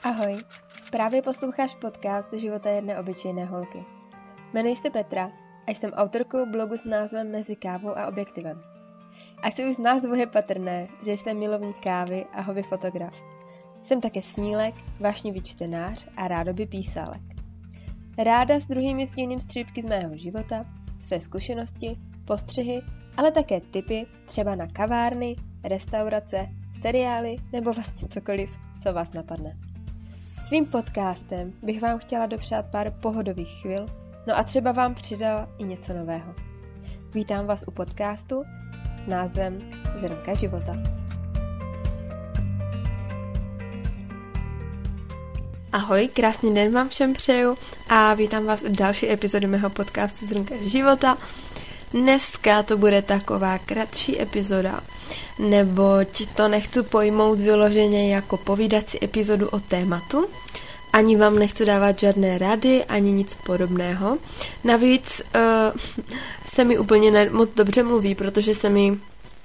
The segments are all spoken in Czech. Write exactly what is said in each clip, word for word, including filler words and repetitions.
Ahoj, právě posloucháš podcast Života jedné obyčejné holky. Jmenuji se Petra a jsem autorkou blogu s názvem Mezi kávou a objektivem. Asi už z názvu je patrné, že jsem milovník kávy a hobby fotograf. Jsem také snílek, vášnivý čtenář a rádoby písálek. Ráda s druhými sdílím střípky z mého života, své zkušenosti, postřehy, ale také tipy třeba na kavárny, restaurace, seriály nebo vlastně cokoliv, co vás napadne. Svým podcastem bych vám chtěla dopřát pár pohodových chvil, no a třeba vám přidala i něco nového. Vítám vás u podcastu s názvem Zrnka života. Ahoj, krásný den vám všem přeju a vítám vás u další epizody mého podcastu Zrnka života. Dneska to bude taková kratší epizoda, neboť to nechci pojmout vyloženě jako povídací epizodu o tématu, ani vám nechci dávat žádné rady, ani nic podobného. Navíc uh, se mi úplně ne- moc dobře mluví, protože se mi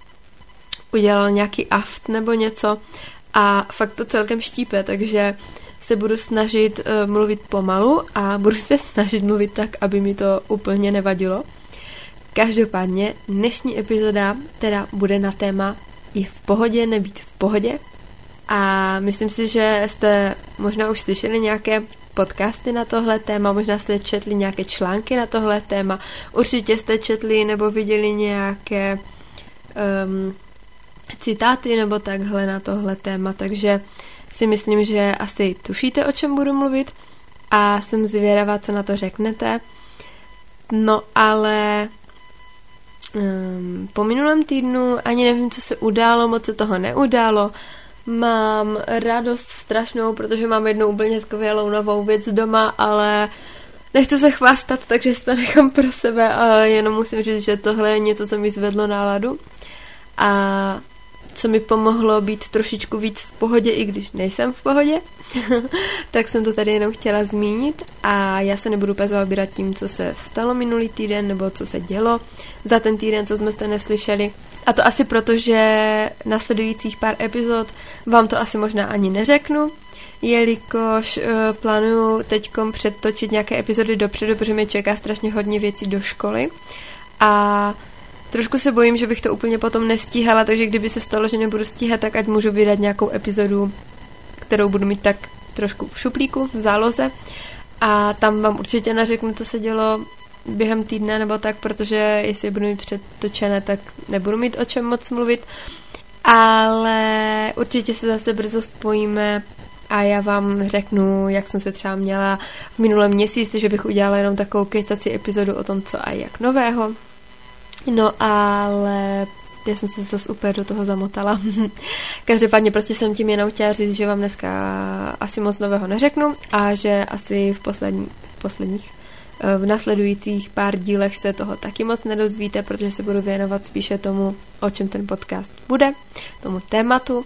udělal nějaký aft nebo něco a fakt to celkem štípe, takže se budu snažit uh, mluvit pomalu a budu se snažit mluvit tak, aby mi to úplně nevadilo. Každopádně dnešní epizoda teda bude na téma je v pohodě nebýt v pohodě a myslím si, že jste možná už slyšeli nějaké podcasty na tohle téma, možná jste četli nějaké články na tohle téma, určitě jste četli nebo viděli nějaké um, citáty nebo takhle na tohle téma, takže si myslím, že asi tušíte, o čem budu mluvit a jsem zvědavá, co na to řeknete. No ale Um, po minulém týdnu ani nevím, co se událo, moc se toho neudálo. Mám radost strašnou, protože mám jednu úplně skvělou novou věc doma, ale nechci se chvástat, takže si to nechám pro sebe a jenom musím říct, že tohle je něco, co mi zvedlo náladu a co mi pomohlo být trošičku víc v pohodě, i když nejsem v pohodě, tak jsem to tady jenom chtěla zmínit a já se nebudu úplně zaobírat tím, co se stalo minulý týden, nebo co se dělo za ten týden, co jsme jste neslyšeli. A to asi proto, že nasledujících pár epizod vám to asi možná ani neřeknu, jelikož uh, plánuju teďkom předtočit nějaké epizody dopředu, protože mě čeká strašně hodně věcí do školy a trošku se bojím, že bych to úplně potom nestíhala, takže kdyby se stalo, že nebudu stíhat, tak ať můžu vydat nějakou epizodu, kterou budu mít tak trošku v šuplíku, v záloze. A tam vám určitě nařeknu, co se dělo během týdne nebo tak, protože jestli budu mít předtočené, tak nebudu mít o čem moc mluvit. Ale určitě se zase brzo spojíme a já vám řeknu, jak jsem se třeba měla v minulém měsíci, že bych udělala jenom takovou kejtací epizodu o tom, co a jak nového. No ale já jsem se zase úplně do toho zamotala. Každopádně prostě jsem tím jenom chtěla říct, že vám dneska asi moc nového neřeknu a že asi v poslední, posledních, v následujících pár dílech se toho taky moc nedozvíte, protože se budu věnovat spíše tomu, o čem ten podcast bude, tomu tématu.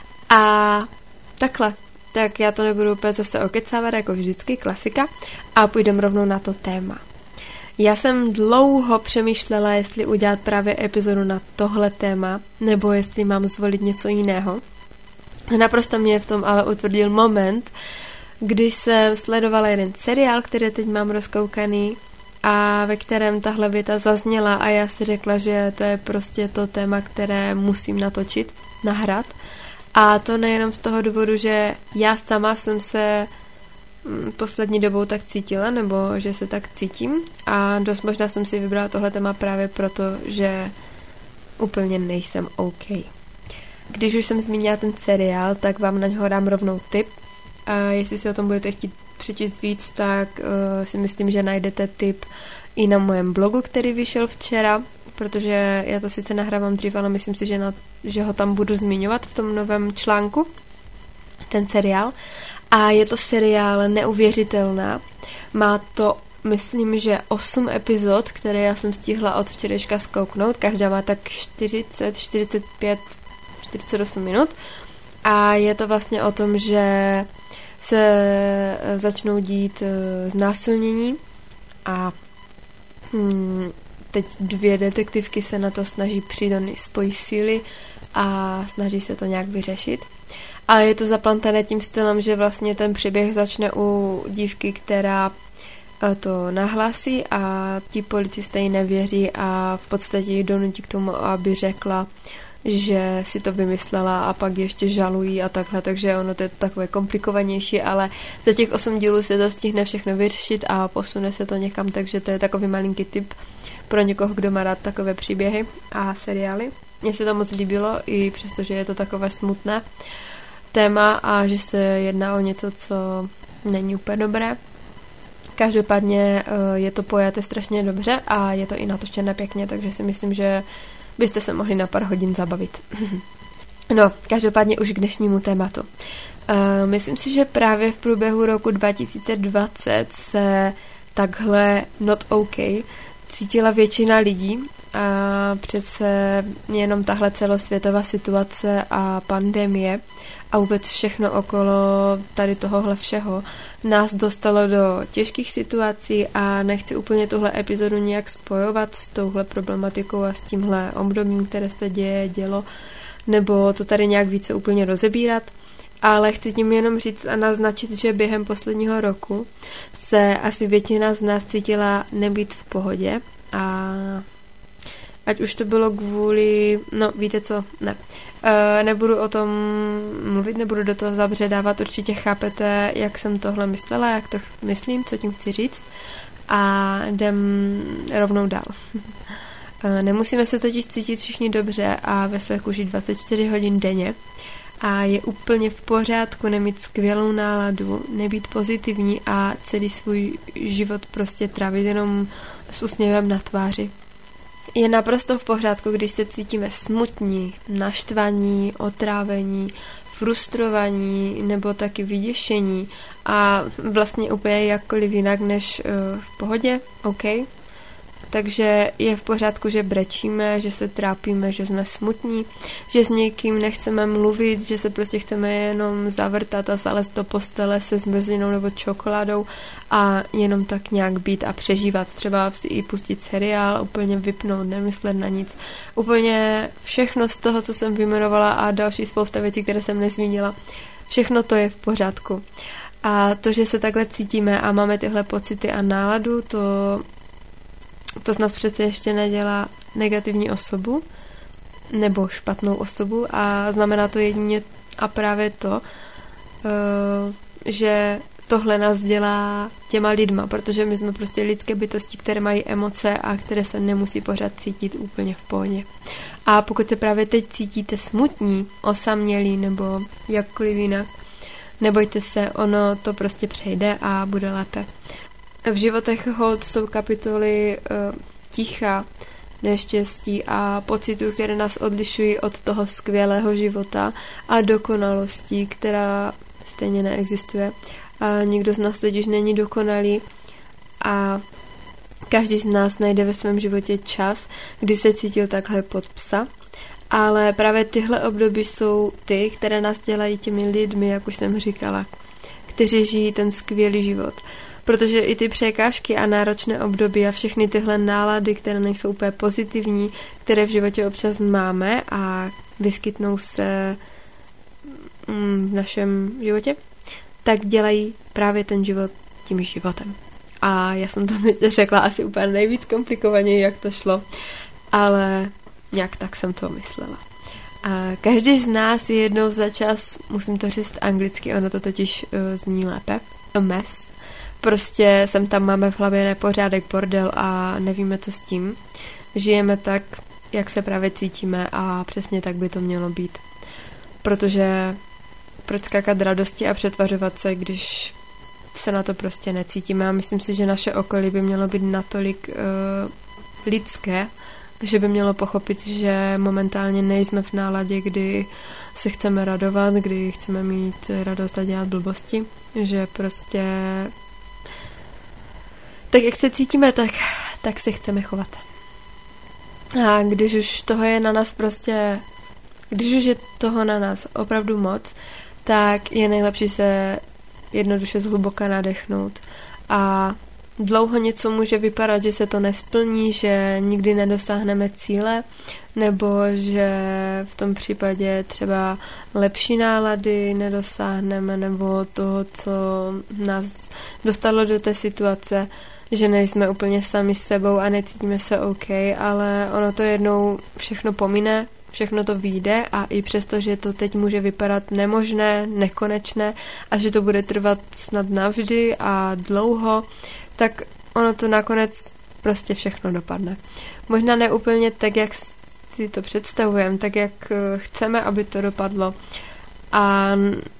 A takhle, tak já to nebudu úplně zase okecávat jako vždycky, klasika, a půjdeme rovnou na to téma. Já jsem dlouho přemýšlela, jestli udělat právě epizodu na tohle téma, nebo jestli mám zvolit něco jiného. Naprosto mě v tom ale utvrdil moment, kdy jsem sledovala jeden seriál, který teď mám rozkoukaný a ve kterém tahle věta zazněla a já si řekla, že to je prostě to téma, které musím natočit, nahrát. A to nejenom z toho důvodu, že já sama jsem se poslední dobou tak cítila, nebo že se tak cítím a dost možná jsem si vybrala tohle téma právě proto, že úplně nejsem OK. Když už jsem zmínila ten seriál, tak vám na něho dám rovnou tip a jestli si o tom budete chtít přečíst víc, tak uh, si myslím, že najdete tip i na mém blogu, který vyšel včera, protože já to sice nahrávám dřív, ale myslím si, že, na, že ho tam budu zmiňovat v tom novém článku, ten seriál. A je to seriál Neuvěřitelná. Má to, myslím, že osm epizod, které já jsem stihla od včerejška zkouknout. Každá má tak čtyřicet, čtyřicet pět, čtyřicet osm minut. A je to vlastně o tom, že se začnou dít znásilnění a hmm, teď dvě detektivky se na to snaží přijít, oni spojí síly a snaží se to nějak vyřešit. ale je to zaplantané tím stylem, že vlastně ten příběh začne u dívky, která to nahlásí a ti policisté jí nevěří a v podstatě ji donutí k tomu, aby řekla, že si to vymyslela a pak ještě žalují a takhle, takže ono to je takové komplikovanější, ale za těch osm dílů se to stihne všechno vyřešit a posune se to někam, takže to je takový malinký tip pro někoho, kdo má rád takové příběhy a seriály. Mně se to moc líbilo, i přesto, že je to takové smutné téma a že se jedná o něco, co není úplně dobré. Každopádně je to pojaté strašně dobře a je to i natočené pěkně, takže si myslím, že byste se mohli na pár hodin zabavit. No, každopádně už k dnešnímu tématu. Uh, myslím si, že právě v průběhu roku dva tisíce dvacet se takhle not OK cítila většina lidí a přece jenom tahle celosvětová situace a pandemie a vůbec všechno okolo tady tohohle všeho nás dostalo do těžkých situací a nechci úplně tuhle epizodu nějak spojovat s touhle problematikou a s tímhle obdobím, které se děje, dělo, nebo to tady nějak více úplně rozebírat, ale chci tím jenom říct a naznačit, že během posledního roku se asi většina z nás cítila nebýt v pohodě a ať už to bylo kvůli, no víte co, ne. E, nebudu o tom mluvit, nebudu do toho zabředávat, určitě chápete, jak jsem tohle myslela, jak to myslím, co tím chci říct a jdem rovnou dál. E, nemusíme se totiž cítit všichni dobře a ve své kůži dvacet čtyři hodin denně a je úplně v pořádku nemít skvělou náladu, nebýt pozitivní a celý svůj život prostě trávit jenom s úsměvem na tváři. Je naprosto v pořádku, když se cítíme smutní, naštvaní, otrávení, frustrovaní nebo taky vyděšení a vlastně úplně jakkoliv jinak než uh, v pohodě, OK. Takže je v pořádku, že brečíme, že se trápíme, že jsme smutní, že s někým nechceme mluvit, že se prostě chceme jenom zavrtat a zalézt do postele se zmrzlinou nebo čokoládou a jenom tak nějak být a přežívat. Třeba si i pustit seriál, úplně vypnout, nemyslet na nic. Úplně všechno z toho, co jsem vyjmenovala a další spousta věcí, které jsem nezmínila, všechno to je v pořádku. A to, že se takhle cítíme a máme tyhle pocity a náladu, to To z nás přece ještě nedělá negativní osobu nebo špatnou osobu a znamená to jedině a právě to, že tohle nás dělá těma lidma, protože my jsme prostě lidské bytosti, které mají emoce a které se nemusí pořád cítit úplně v pohodě. A pokud se právě teď cítíte smutní, osamělí nebo jakkoliv jinak, nebojte se, ono to prostě přejde a bude lépe. V životech hold jsou kapitoly uh, ticha, neštěstí a pocitů, které nás odlišují od toho skvělého života a dokonalosti, která stejně neexistuje. A nikdo z nás totiž není dokonalý a každý z nás najde ve svém životě čas, kdy se cítil takhle pod psa. Ale právě tyhle období jsou ty, které nás dělají těmi lidmi, jak už jsem říkala, kteří žijí ten skvělý život. Protože i ty překážky a náročné období a všechny tyhle nálady, které nejsou úplně pozitivní, které v životě občas máme a vyskytnou se v našem životě, tak dělají právě ten život tím životem. A já jsem to řekla asi úplně nejvíc komplikovaně, jak to šlo, ale nějak tak jsem to myslela. A každý z nás je jednou za čas, musím to říct anglicky, ono to totiž uh, zní lépe, a mess. Prostě sem tam máme v hlavě nepořádek, bordel a nevíme, co s tím. Žijeme tak, jak se právě cítíme a přesně tak by to mělo být. Protože proč skákat radosti a přetvařovat se, když se na to prostě necítíme a myslím si, že naše okolí by mělo být natolik uh, lidské, že by mělo pochopit, že momentálně nejsme v náladě, kdy se chceme radovat, kdy chceme mít radost a dělat blbosti, že prostě tak jak se cítíme, tak, tak se chceme chovat. A když už toho je na nás prostě, když už je toho na nás opravdu moc, tak je nejlepší se jednoduše zhluboka nadechnout a dlouho něco může vypadat, že se to nesplní, že nikdy nedosáhneme cíle, nebo že v tom případě třeba lepší nálady nedosáhneme, nebo toho, co nás dostalo do té situace, že nejsme úplně sami s sebou a necítíme se OK, ale ono to jednou všechno pomine, všechno to vyjde a i přesto, že to teď může vypadat nemožné, nekonečné a že to bude trvat snad navždy a dlouho, tak ono to nakonec prostě všechno dopadne. Možná ne úplně tak, jak si to představujeme, tak, jak chceme, aby to dopadlo, a,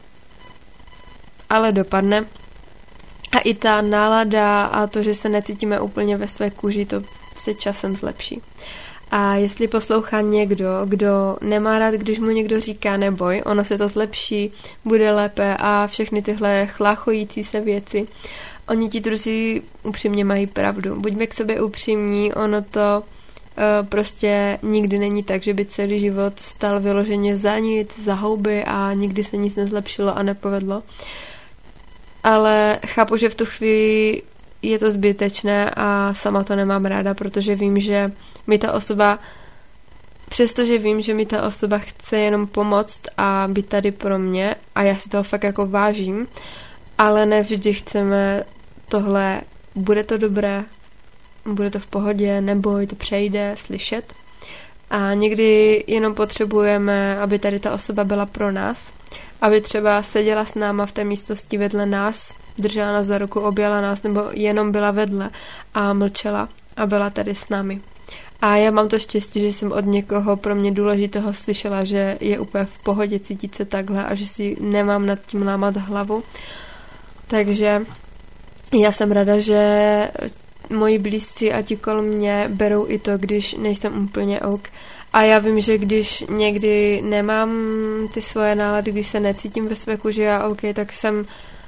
ale dopadne. A i ta nálada a to, že se necítíme úplně ve své kůži, to se časem zlepší. A jestli poslouchá někdo, kdo nemá rád, když mu někdo říká neboj, ono se to zlepší, bude lépe a všechny tyhle chláchojící se věci, oni ti druzí upřímně mají pravdu. Buďme k sobě upřímní, ono to uh, prostě nikdy není tak, že by celý život stal vyloženě za nic, za houby a nikdy se nic nezlepšilo a nepovedlo. Ale chápu, že v tu chvíli je to zbytečné a sama to nemám ráda, protože vím, že mi ta osoba, přestože vím, že mi ta osoba chce jenom pomoct a být tady pro mě a já si toho fakt jako vážím, ale ne vždy chceme tohle, bude to dobré, bude to v pohodě, neboj, to přejde, slyšet. A někdy jenom potřebujeme, aby tady ta osoba byla pro nás, aby třeba seděla s náma v té místnosti vedle nás, držela nás za ruku, objala nás, nebo jenom byla vedle a mlčela a byla tady s námi. A já mám to štěstí, že jsem od někoho pro mě důležitého slyšela, že je úplně v pohodě cítit se takhle a že si nemám nad tím lámat hlavu. Takže já jsem ráda, že moji blízcí a ti kolem mě berou i to, když nejsem úplně ok. A já vím, že když někdy nemám ty svoje nálady, když se necítím ve své kůži a OK, tak jsem,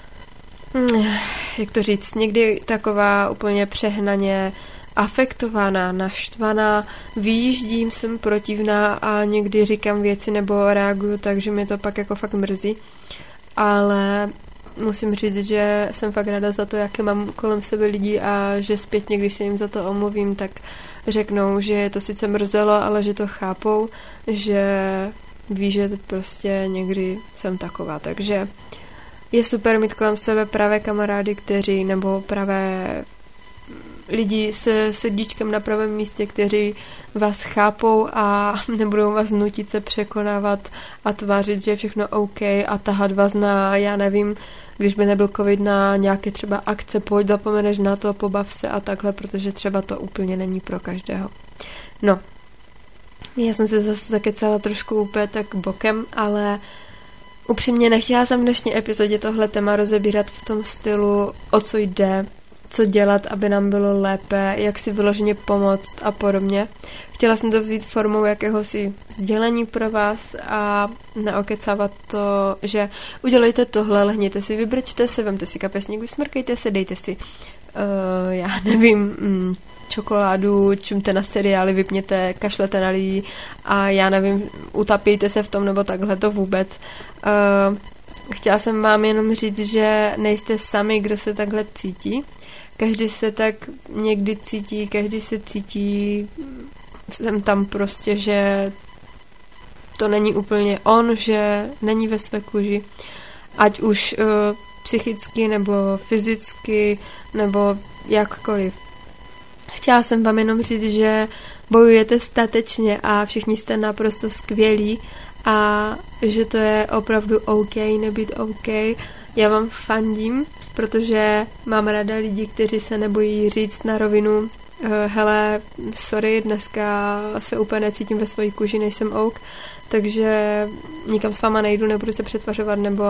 jak to říct, někdy taková úplně přehnaně afektovaná, naštvaná, vyjíždím, jsem protivná a někdy říkám věci nebo reaguju tak, že mě to pak jako fakt mrzí. Ale musím říct, že jsem fakt ráda za to, jaké mám kolem sebe lidi a že zpětně, když se jim za to omluvím, tak řeknou, že je to sice mrzelo, ale že to chápou, že ví, že prostě někdy jsem taková. Takže je super mít kolem sebe pravé kamarády, kteří, nebo pravé lidi se srdíčkem na pravém místě, kteří vás chápou a nebudou vás nutit se překonávat a tvářit, že je všechno OK a tahat vás na, já nevím, když by nebyl covid, na nějaké třeba akce, pojď, zapomeneš na to, pobav se a takhle, protože třeba to úplně není pro každého. No, já jsem se zase zakecala trošku úplně tak bokem, ale upřímně nechtěla jsem v dnešní epizodě tohle téma rozebírat v tom stylu, o co jde, co dělat, aby nám bylo lépe, jak si vyloženě pomoct a podobně. Chtěla jsem to vzít formou jakéhosi sdělení pro vás a neokecávat to, že udělejte tohle, lehněte si, vybrčte se, vemte si kapesník, vysmrkejte se, dejte si, uh, já nevím, mm, čokoládu, čumte na seriály, vypněte, kašlete na lidi a já nevím, utapíte se v tom nebo takhle, to vůbec. Uh, chtěla jsem vám jenom říct, že nejste sami, kdo se takhle cítí. Každý se tak někdy cítí, každý se cítí, jsem tam prostě, že to není úplně on, že není ve své kůži, ať už uh, psychicky nebo fyzicky nebo jakkoliv. Chtěla jsem vám jenom říct, že bojujete statečně a všichni jste naprosto skvělí a že to je opravdu OK, nebýt OK. Já vám fandím, protože mám ráda lidi, kteří se nebojí říct na rovinu, hele, sorry, dneska se úplně necítím ve své kůži, nejsem OK, takže nikam s váma nejdu, nebudu se přetvařovat, nebo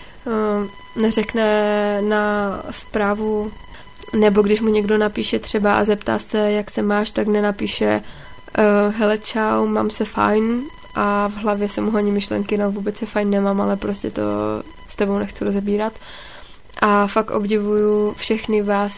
uh, neřekne na zprávu, nebo když mu někdo napíše třeba a zeptá se, jak se máš, tak nenapíše uh, hele, čau, mám se fajn a v hlavě se mu honí myšlenky, no vůbec se fajn nemám, ale prostě to s tebou nechci rozebírat. A fakt obdivuju všechny vás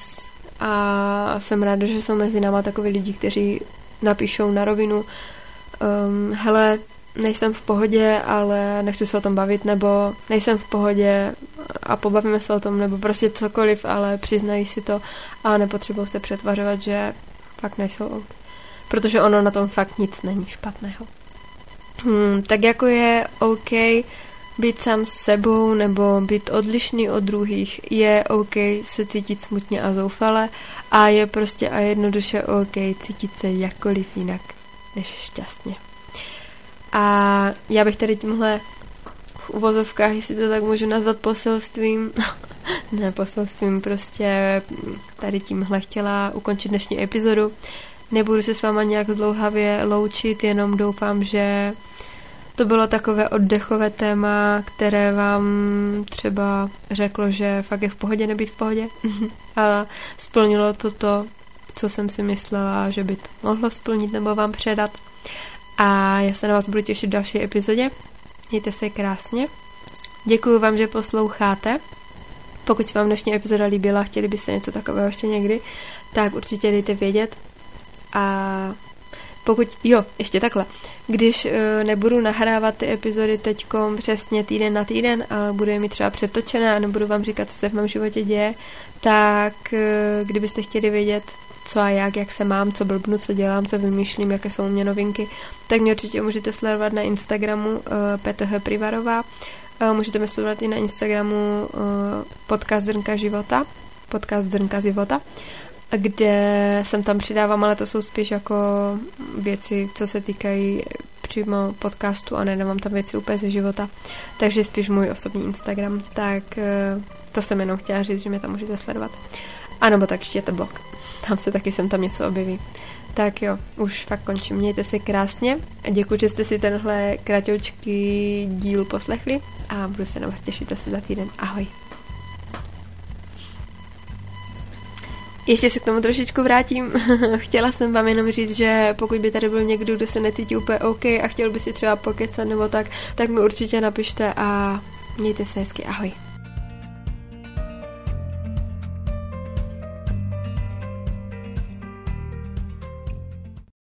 a jsem ráda, že jsou mezi náma takoví lidi, kteří napíšou na rovinu um, hele, nejsem v pohodě, ale nechci se o tom bavit, nebo nejsem v pohodě a pobavíme se o tom, nebo prostě cokoliv, ale přiznají si to a nepotřebují se přetvařovat, že fakt nejsou OK. Protože ono na tom fakt nic není špatného. Hmm, tak jako je OK být sám s sebou nebo být odlišný od druhých, je OK se cítit smutně a zoufale a je prostě a jednoduše OK cítit se jakkoliv jinak než šťastně. A já bych tady tímhle v uvozovkách, jestli to tak můžu nazvat, poselstvím, ne poselstvím, prostě tady tímhle chtěla ukončit dnešní epizodu. Nebudu se s váma nějak dlouhavě loučit, jenom doufám, že to bylo takové oddechové téma, které vám třeba řeklo, že fakt je v pohodě nebýt v pohodě. A splnilo to to, co jsem si myslela, že by to mohlo splnit nebo vám předat. A já se na vás budu těšit v další epizodě. Mějte se krásně. Děkuji vám, že posloucháte. Pokud se vám dnešní epizoda líbila, chtěli byste něco takového ještě někdy, tak určitě dejte vědět. A pokud, jo, ještě takhle, když uh, nebudu nahrávat ty epizody teďkom přesně týden na týden, ale budu je mít třeba přetočené a nebudu vám říkat, co se v mém životě děje, tak uh, kdybyste chtěli vědět, co a jak, jak se mám, co blbnu, co dělám, co vymýšlím, jaké jsou u mě novinky, tak mě určitě můžete sledovat na Instagramu uh, P T H Privarová. Uh, můžete mě sledovat i na Instagramu uh, podcast Zrnka života, podcast Zrnka života, kde jsem tam přidávám, ale to jsou spíš jako věci, co se týkají přímo podcastu a nedávám tam věci úplně ze života. Takže spíš můj osobní Instagram, tak uh, to jsem jenom chtěla říct, že mě tam můžete sledovat. A nebo tak čtěte blog. Tam se taky sem tam něco objeví. Tak jo, už fakt končím. Mějte se krásně. Děkuji, že jste si tenhle kratoučký díl poslechli a budu se na vás těšit zase za týden. Ahoj. Ještě se k tomu trošičku vrátím. Chtěla jsem vám jenom říct, že pokud by tady byl někdo, kdo se necítí úplně OK a chtěl by si třeba pokecat nebo tak, tak mi určitě napište a mějte se hezky. Ahoj.